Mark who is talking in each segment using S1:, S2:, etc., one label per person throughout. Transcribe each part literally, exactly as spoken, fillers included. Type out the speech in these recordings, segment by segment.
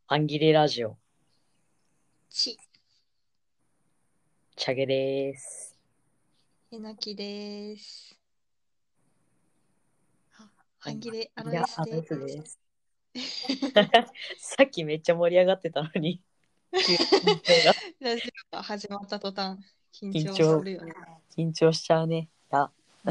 S1: 半切れラジオ、
S2: ち、
S1: チャゲでーす。
S2: えなきです。あ、
S1: 半
S2: 半切れア
S1: いや、
S2: ロエス
S1: あのやつ
S2: です。
S1: です。さっきめっちゃ盛り上がってたのに、急に緊張が、
S2: ラジオが始まった途端、緊張す
S1: 緊張、
S2: るよね。
S1: 緊張しちゃうね。いや、
S2: うん、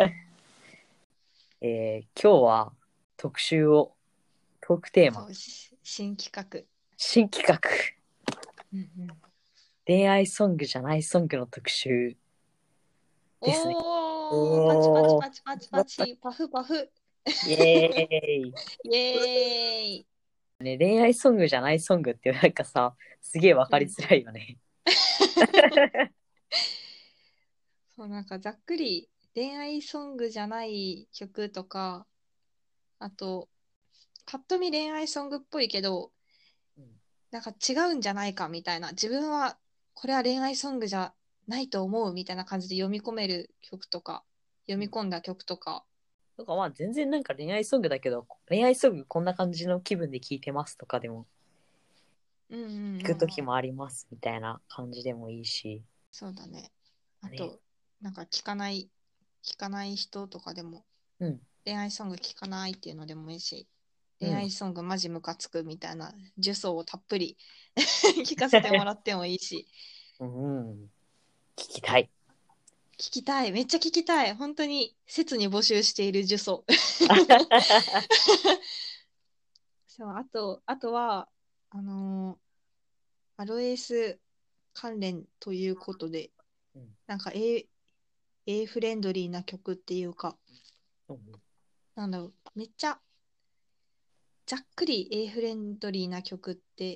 S1: えー今日は特集を、トークテーマ、
S2: そうし、新企画。
S1: 新企画、
S2: うんうん、
S1: 恋愛ソングじゃないソングの特集ですね。
S2: おー、パチパチ
S1: おー、
S2: パチパチパチ、パフパフ。
S1: イエーイ。
S2: イエーイ。
S1: ね、恋愛ソングじゃないソングってなんかさ、すげえわかり
S2: うん、
S1: づらいよね。
S2: そう、なんかざっくり恋愛ソングじゃない曲とか、あと、パッと見恋愛ソングっぽいけど、なんか違うんじゃないかみたいな、自分はこれは恋愛ソングじゃないと思うみたいな感じで読み込める曲とか、読み込んだ曲とか。
S1: とかまあ全然なんか恋愛ソングだけど、恋愛ソングこんな感じの気分で聴いてますとかでも、
S2: うんうんうん。
S1: 聴く時もありますみたいな感じでもいいし、
S2: そうだね。あ
S1: ね。
S2: と、なんか聞かない、聞かない人とかでも、
S1: うん、
S2: 恋愛ソング聞かないっていうのでもいいし、恋
S1: うん。
S2: 愛ソングマジムカつくみたいな呪詛をたっぷり聞かせてもらってもいいし、
S1: うん、聞きたい。
S2: 聞きたい。めっちゃ聞きたい。本当に切に募集している呪詛。そう、あと、あとは、あのーアロエス関連ということで、
S1: うん、
S2: なんか A、A フレンドリーな曲っていうか、
S1: うん、
S2: なんだろう、めっちゃざっくり A フレンドリーな曲って、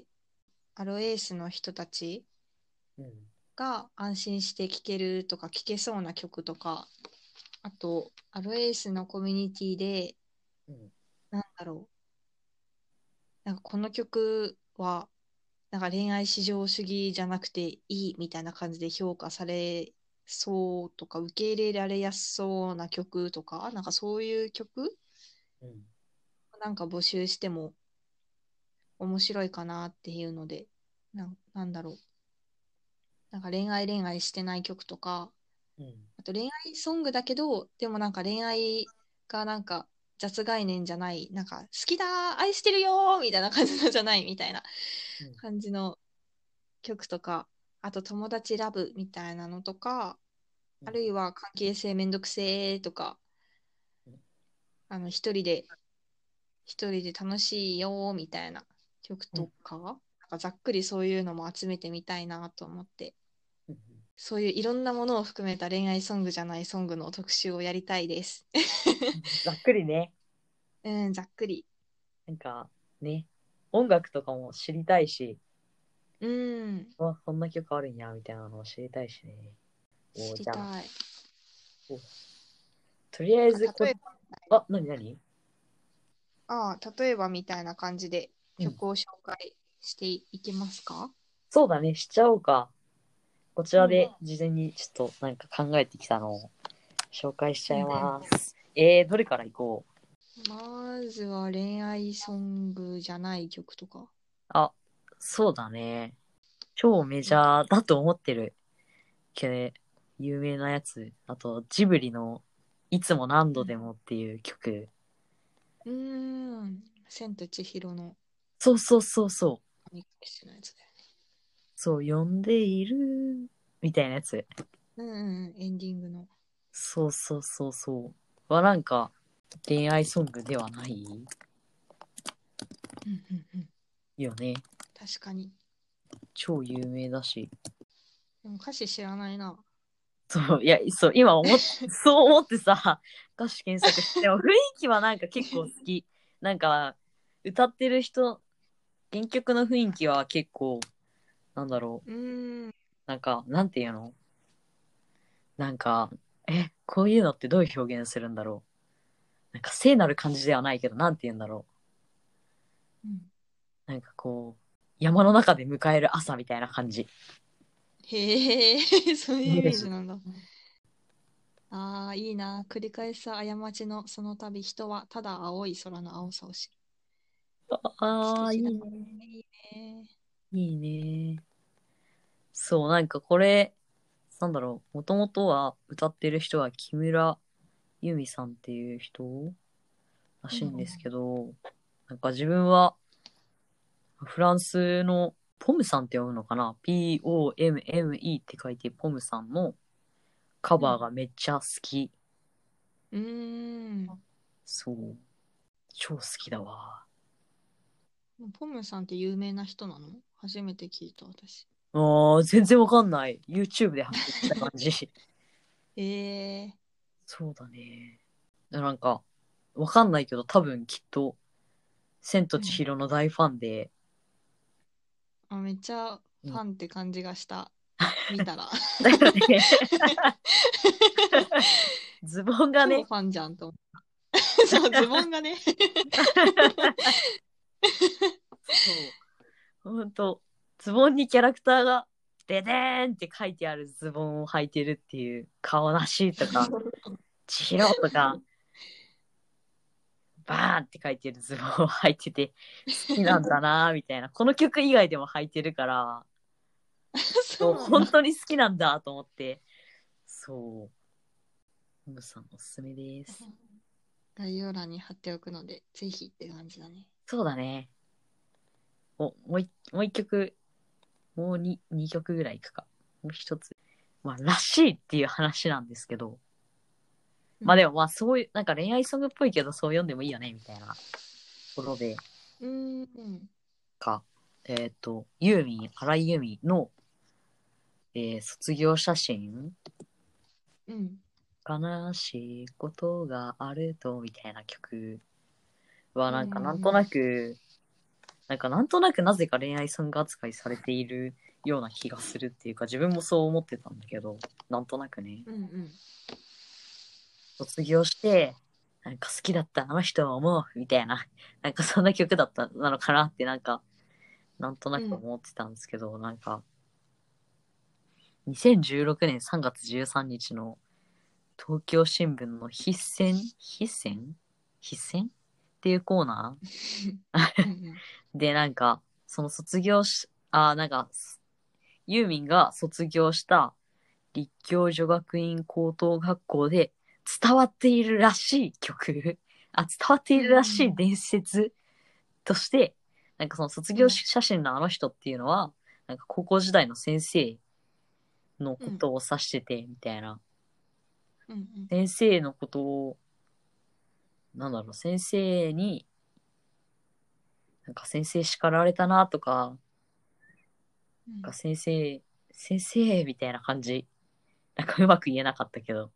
S2: アロエースの人たち
S1: うん、
S2: が安心して聴けるとか聴けそうな曲とか、あと、アロエースのコミュニティで、
S1: うん、
S2: なんだろう、なんかこの曲は、なんか恋愛至上主義じゃなくていいみたいな感じで評価されそうとか、受け入れられやすそうな曲とか、なんかそういう曲
S1: うん。
S2: なんか募集しても面白いかなっていうので、なん、なんだろう。なんか恋愛恋愛してない曲とか、
S1: うん。
S2: あと恋愛ソングだけど、でもなんか恋愛がなんか雑概念じゃない、なんか好きだ、愛してるよみたいな感じのじゃないみたいな
S1: うん。
S2: 感じの曲とか、あと友達ラブみたいなのとか、
S1: うん。
S2: あるいは関係性めんどくせーとか、あの一人で、一人で楽しいよーみたいな曲
S1: うん。
S2: とか、なんかざっくりそういうのも集めてみたいなと思って、
S1: うん。
S2: そういういろんなものを含めた恋愛ソングじゃないソングの特集をやりたいです。
S1: ざっくりね。
S2: うん、ざっくり。
S1: なんかね、音楽とかも知りたいし、
S2: うん、
S1: うわ、こんな曲あるんや、みたいなのを知りたいしね。お
S2: 知り
S1: じゃあ、
S2: たい。
S1: おとりあえ
S2: なん
S1: ずこ、
S2: か例えば、
S1: あ、なになに。
S2: ああ、例えばみたいな感じで
S1: うん。
S2: 曲を紹介していきますか？
S1: そうだね、しちゃおうか。こちら
S2: うん、
S1: で事前にちょっとなんか考えてきたのを紹介しちゃい
S2: うん、うん。
S1: ます。えー、どれからいこう。
S2: まずは恋愛ソングじゃない曲とか。
S1: あ、そうだね。超メジ
S2: うん、
S1: ャーだと思ってるけど、有名なやつ。あと、ジブリのいつも何度でもっていう曲。
S2: うん。うーん。千と千尋の
S1: そうそうそうそう。
S2: 神隠しのやつだよね。
S1: そう、呼んでいるみたいなやつ。
S2: うんうんうん、エンディングの。
S1: そうそうそうそう。はなんか恋愛ソングではない
S2: うんうんうん。
S1: よね。
S2: 確かに。
S1: 超有名だし。
S2: でも歌詞知らないな。
S1: そう、いや、そう、今思っ、そう思ってさ、歌詞検索して、でも雰囲気はなんか結構好き。なんか、歌ってる人、原曲の雰囲気は結構、なんだろう。
S2: うーん。
S1: なんか、なんていうのなんか、え、こういうのってどういう表現するんだろう。なんか聖なる感じではないけど、なんて言うんだろ
S2: うん、
S1: う。なんかこう、山の中で迎える朝みたいな感じ。
S2: へえ、そういうイ
S1: イメージ。
S2: メージなんだ。ああ、いいな。繰り返す過ちのその度、人はただ青い空の青さを知る。素
S1: ああ、い
S2: 敵だ。
S1: いね。 いいね。そう、なんかこれ、なんだろう、もともとは歌ってる人は木村由美さんっていう人らしいんですけど、なんか自分はフランスのポムさんって読むのかな？ ピーオーエムエムイー って書いてポムさんのカバーがめっちゃ好き。
S2: うーん。
S1: そう。超好きだわ。
S2: ポムさんって有名な人なの？初めて聞いた私。
S1: あー、全然わかんない。YouTube で発見した感じ。
S2: えー、
S1: そうだね。なんか、わかんないけど、多分きっと、千と千尋の大ファンで、
S2: あ、めっちゃ
S1: うん、
S2: ファンって感じがした。見たら。
S1: だよね。ズボンがね、
S2: 超ファンじゃんと思った。そう、ズボンがね。
S1: そう、ほんと、ズボンにキャラクターが、デデーンって書いてあるズボンを履いてるっていう、顔なしとか、千尋とか、バーンって書いてるズボンを履いてて、好きなんだなーみたいな。この曲以外でも履いてるから、そう、
S2: そうなんだ。
S1: 本当に好きなんだと思って、そう、ムさんおすすめです。
S2: 概要欄に貼っておくので、ぜひって感じだね。
S1: そうだね。お、もう一、もう一曲、もうに、二曲ぐらいいくか。もう一つ。まあ、らしいっていう話なんですけど、まあでもまあそういう、なんか恋愛ソングっぽいけどそう読んでもいいよね、みたいなところで、
S2: うん。うーん。
S1: か、えっ、と、ユーミン、荒井由実の、えー卒業写真、
S2: うん。
S1: 悲しいことがあると、みたいな曲は、
S2: うんう
S1: なんかなんと
S2: ん
S1: なく、なんかなんとなくなぜか恋愛ソング扱いされているような気がするっていうか、自分もそう思ってたんだけど、なんとなくね、
S2: うんうん
S1: 卒業して、なんか好きだったあの人を思う、みたいな、なんかそんな曲だったなのかなって、なんか、なんとなく
S2: うん
S1: 思ってたんですけど、なんか、にせんじゅうろくねんさんがつじゅうさんにちの東京新聞の必戦必戦必戦っていうコーナー
S2: うんうん
S1: で、なんか、その卒業し、あ、なんか、ユーミンが卒業した立教女学院高等学校で伝わっているらしい曲、あ、伝わっているらしい伝説として、なんかその卒業
S2: うん
S1: 写真のあの人っていうのは、なんか高校時代の先生の
S2: うん
S1: ことを指してて、みたいな。
S2: うん
S1: 先生のことを、なんだろう、先生に、なんか先生叱られたなとか、なんか
S2: うん
S1: 先生、先生みたいな感じ。なんかうまく言えなかったけど。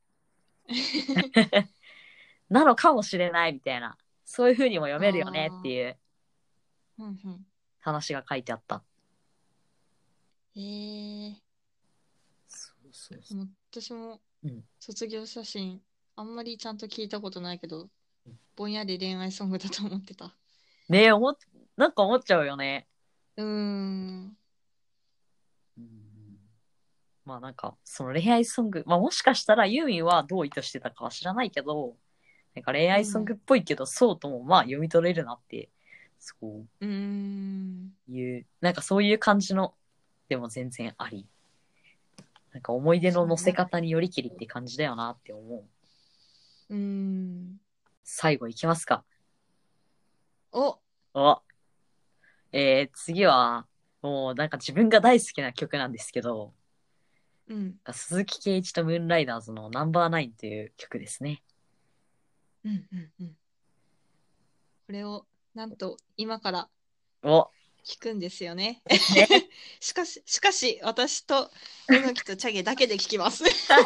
S1: なのかもしれないみたいな。そういう風にも読めるよねって
S2: ああ
S1: いう
S2: ー、うんうん。
S1: 話が書いてあった。
S2: えー、
S1: そうそうそ
S2: でも私も
S1: う。うん。
S2: 卒業写真、あんまりちゃんと聞いたことないけど、ぼんやり恋愛ソングだと思ってた。
S1: ねえ、思っ、なんか思っちゃうよね。
S2: うーん。
S1: うん。まあなんか、その恋愛ソング、まあもしかしたらユーミンはどう意図してたかは知らないけど、なんか恋愛ソングっ
S2: うん。
S1: ぽいけど、そうともまあ読み取れるなって、そう
S2: うーん。
S1: いう、なんかそういう感じの、でも全然あり。なんか思い出の乗
S2: そうね。なんか、
S1: せ方によりきりって感じだよなって思う。
S2: うーん。
S1: 最後いきますか。
S2: お、
S1: お、えー、次は、もうなんか自分が大好きな曲なんですけど、
S2: うん。
S1: 鈴木圭一とムーンライダーズのナンバーナインという曲ですね。
S2: うんうんうん。これを、なんと、今から
S1: お、
S2: 聞くんですよね。
S1: ですね。
S2: しかし、しかし、私と、えのきとチャゲだけで聞きます。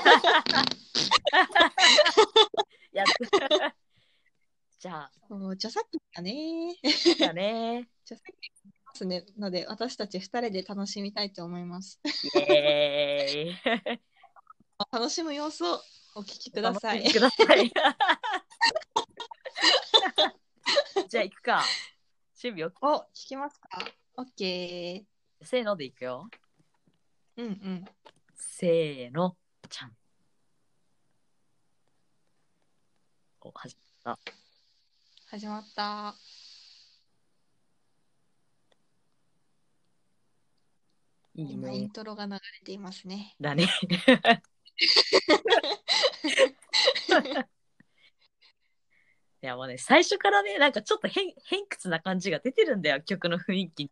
S1: やっじゃあ、
S2: そう著作権がね。
S1: そうだね。
S2: 著作権がありますねので、私たち二人で楽しみたいと思います。
S1: イエーイ。
S2: 楽しむ様子をお聞きください。
S1: お楽しみください。じゃあ行くか。準備 OK？
S2: お、聞きますか？オッケ
S1: せーので行くよ。
S2: ー。うんうん。
S1: せーの、ちゃん。お、始まった。
S2: 始まった。
S1: いい
S2: 今イン
S1: ね。
S2: トロが流れていますね。
S1: だね。いやもうね、最初からね、なんかちょっと変偏屈な感じが出てるんだよ、曲の雰囲気。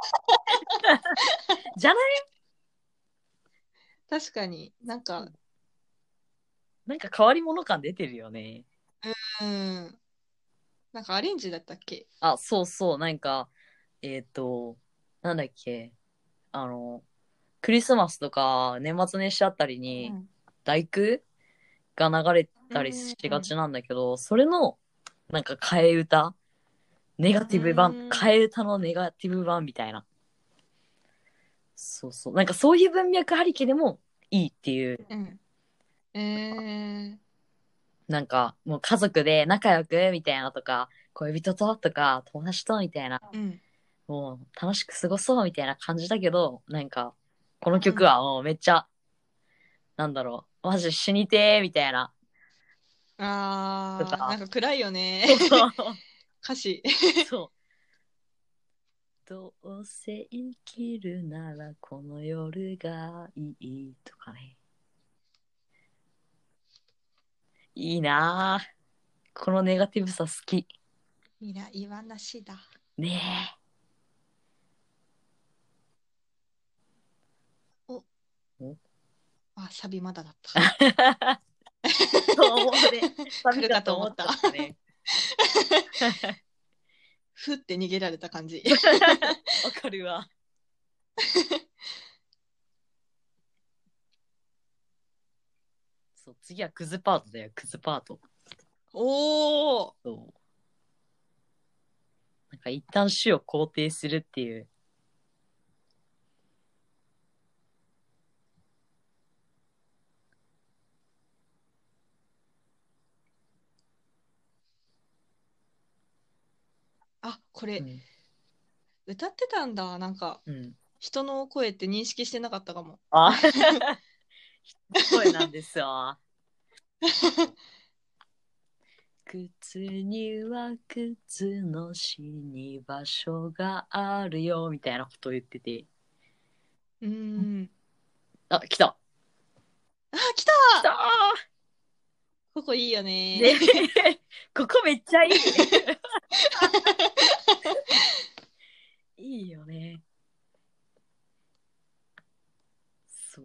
S1: じゃない？
S2: 確かになんか、
S1: なんか変わり者感出てるよね。
S2: うん。なんかアレンジだったっけ？
S1: あ、そうそう、なんか、えっと、なんだっけ、あの、クリスマスとか年末年始あたりに、
S2: うん。
S1: 第九が流れ
S2: う
S1: たりしが
S2: ん。
S1: ちなんだけど、それの、なんか替え歌ネガ
S2: う
S1: ティブ版、
S2: ん。
S1: 替え歌のネガティブ版みたいな。そうそう。なんかそういう文脈ありきでもいいっていう。
S2: うん。えー、
S1: なんかもう家族で仲良くみたいなとか、恋人ととか友達とみたいな、
S2: うん。
S1: もう楽しく過ごそうみたいな感じだけど、なんかこの曲
S2: うん。
S1: はもうめっちゃ、なんだろう、マジ死にてーみたいなと
S2: あー、な
S1: か、
S2: んか暗いよね。
S1: そうそう、
S2: 歌詞。
S1: そう。どうせ生きるならこの夜がいいとかね。いいなぁ。このネガティブさ好き。
S2: 未来話だ。
S1: ね
S2: お、
S1: え。お
S2: あ、サビまだだった。
S1: そう思うね。サ
S2: 来る
S1: ビか
S2: かと思った。
S1: と思っちゃったね。
S2: ふって逃げられた感じ。
S1: わかるわ。そう、次はクズパートだよ、クズパート。
S2: おー。
S1: そう。なんか一旦死を肯定するっていう。
S2: あ、これ、
S1: うん。
S2: 歌ってたんだ。なんか、
S1: うん。
S2: 人の声って認識してなかったかも。
S1: あ、声なんですよ。靴には靴の死に場所があるよ、みたいなことを言ってて。
S2: うーん。
S1: あ、来た。
S2: あ、来た。
S1: 来たー
S2: ここいいよね。
S1: ねここめっちゃいい。いいよね。そう。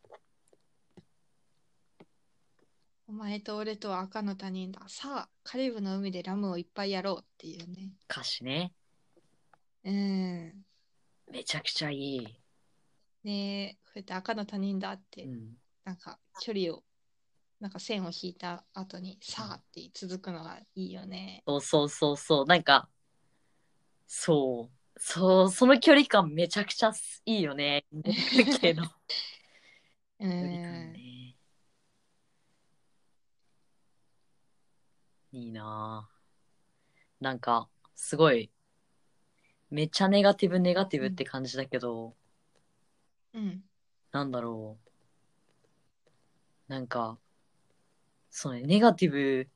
S2: お前と俺とは赤の他人だ。さあ、カリブの海でラムをいっぱいやろうっていうね。
S1: 歌詞ね。
S2: うん。
S1: めちゃくちゃいい。
S2: ねえ、こうやって赤の他人だって、
S1: うん。
S2: なんか距離を、なんか線を引いた後に、さあって続くのがいいよね。
S1: そうそうそうそう。なんか、そう。そう、その距離感めちゃくちゃいいよね。人間関係の
S2: う
S1: 距離感
S2: ん。
S1: ね。いいなぁ。なんか、すごい、めっちゃネガティブネガティブって感じだけど、
S2: うん。
S1: なんだろう。なんか、そうね、ネガティブ、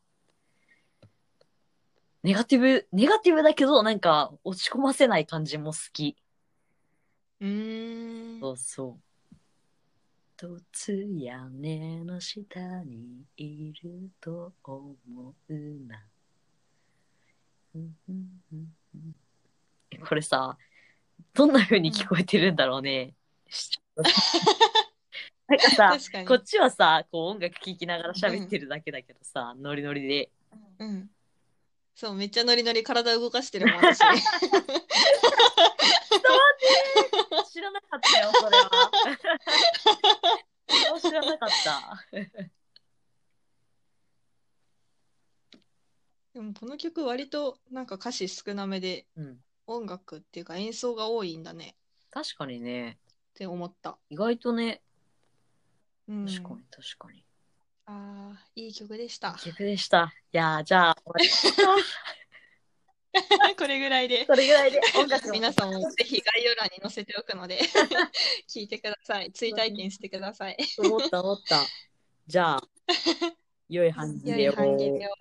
S1: ネガティブ、ネガティブだけど、なんか、落ち込ませない感じも好き。
S2: うーん。
S1: そうそう。凸屋根の下にいると思うな。うんうんうんうん、これさ、どんな風に聞
S2: うん。
S1: こえてるんだろうね。なんかさ、
S2: 確かに。
S1: こっちはさ、こう音楽聴きながら
S2: うん。
S1: 喋ってるだけだけどさ、ノリノリで。
S2: うん。そう、めっちゃノリノリ体動かしてるもん、私。
S1: 伝わってる。知らなかったよ、それは。それは知らなかった。
S2: でもこの曲割となんか歌詞少なめで
S1: うん。
S2: 音楽っていうか演奏が多いんだね
S1: 確かにね、
S2: って思った。
S1: 意外とね、
S2: う
S1: 確かに
S2: ん。
S1: 確かに。
S2: ああ、いい曲でした。
S1: いい曲でした。いやー、じゃあ、終わりますか。
S2: これぐらいで。
S1: それぐらいで音
S2: ちょっと
S1: 楽の
S2: 皆さんもぜひ概要欄に載せておくので聞いてください。追体験してください。
S1: 思った思った。じゃあ、良い半切
S2: 良い
S1: れを。
S2: 半切れを。